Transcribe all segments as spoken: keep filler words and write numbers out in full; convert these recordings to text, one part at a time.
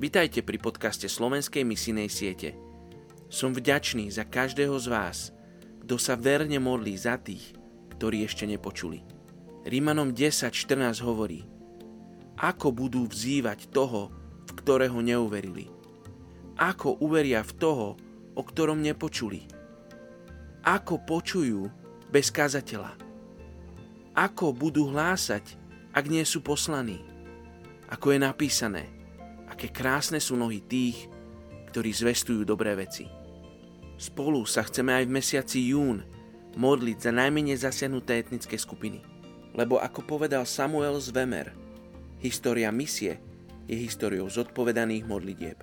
Vitajte pri podcaste Slovenskej misijnej siete. Som vďačný za každého z vás, kto sa verne modlí za tých, ktorí ešte nepočuli. Rímanom desať štrnásť hovorí: Ako budú vzývať toho, v ktorého neuverili? Ako uveria v toho, o ktorom nepočuli? Ako počujú bez kazateľa? Ako budú hlásať, ak nie sú poslaní? Ako je napísané: Aké krásne sú nohy tých, ktorí zvestujú dobré veci. Spolu sa chceme aj v mesiaci jún modliť za najmenej zasiahnuté etnické skupiny. Lebo ako povedal Samuel z Wemer, história misie je históriou zodpovedaných modlitieb.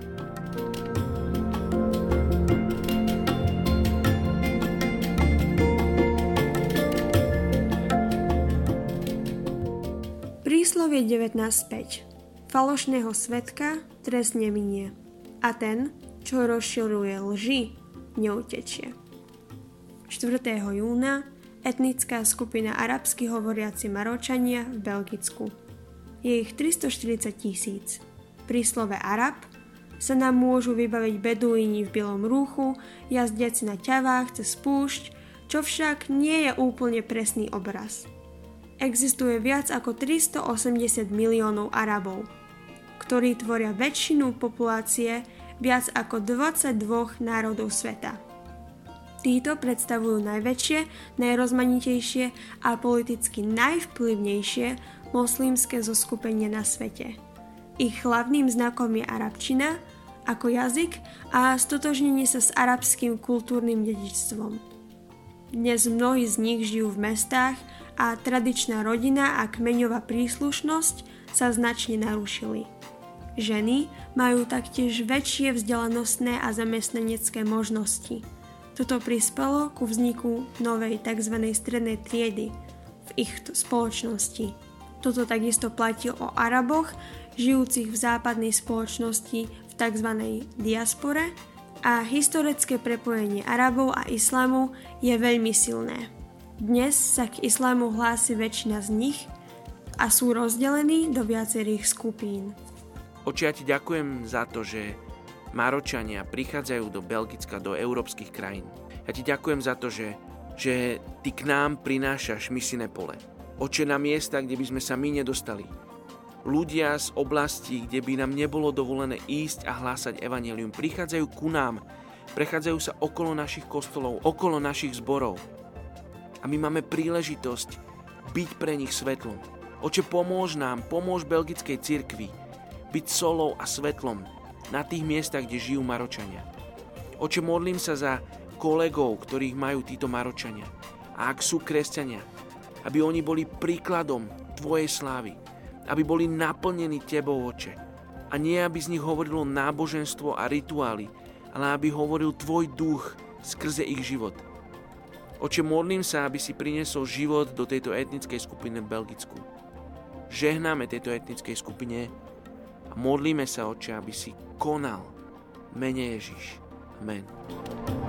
Príslovie devätnásť päť. Falošného svedka trest neminie, a ten, čo rozširuje lži, neutečie. štvrtého júna etnická skupina arabsky hovoriaci Maročania v Belgicku. Je ich tristoštyridsať tisíc. Pri slove Arab sa nám môžu vybaviť beduíni v bielom rúchu, jazdiaci na ťavách cez púšť, čo však nie je úplne presný obraz. Existuje viac ako tristoosemdesiat miliónov Arabov, ktorí tvoria väčšinu populácie viac ako dvadsaťdva národov sveta. Títo predstavujú najväčšie, najrozmanitejšie a politicky najvplyvnejšie moslimské zoskupenie na svete. Ich hlavným znakom je arabčina ako jazyk a stotožnenie sa s arabským kultúrnym dedičstvom. Dnes mnohí z nich žijú v mestách a tradičná rodina a kmeňová príslušnosť sa značne narušili. Ženy majú taktiež väčšie vzdelanostné a zamestnanecké možnosti. Toto prispelo ku vzniku novej tzv. Strednej triedy v ich spoločnosti. Toto takisto platí o Araboch, žijúcich v západnej spoločnosti v tzv. Diaspore, a historické prepojenie Arabov a islamu je veľmi silné. Dnes sa k islamu hlási väčšina z nich a sú rozdelení do viacerých skupín. Oče, ja ti ďakujem za to, že Maročania prichádzajú do Belgicka, do európskych krajín. Ja ti ďakujem za to, že, že ty k nám prinášaš misijné pole. Oče, na miesta, kde by sme sa my nedostali. Ľudia z oblastí, kde by nám nebolo dovolené ísť a hlásať evanjelium, prichádzajú ku nám, prechádzajú sa okolo našich kostolov, okolo našich zborov. A my máme príležitosť byť pre nich svetlom. Oče, pomôž nám, pomôž belgickej cirkvi byť solou a svetlom na tých miestach, kde žijú Maročania. Oče, modlím sa za kolegov, ktorých majú títo Maročania. A ak sú kresťania, aby oni boli príkladom tvojej slávy, aby boli naplnení tebou, Oče. A nie, aby z nich hovorilo náboženstvo a rituály, ale aby hovoril tvoj duch skrze ich život. Oče, modlím sa, aby si priniesol život do tejto etnickej skupiny v Belgicku. Žehnáme tejto etnickej skupine a modlíme sa, Oče, aby si konal v mene Ježiš. Amen.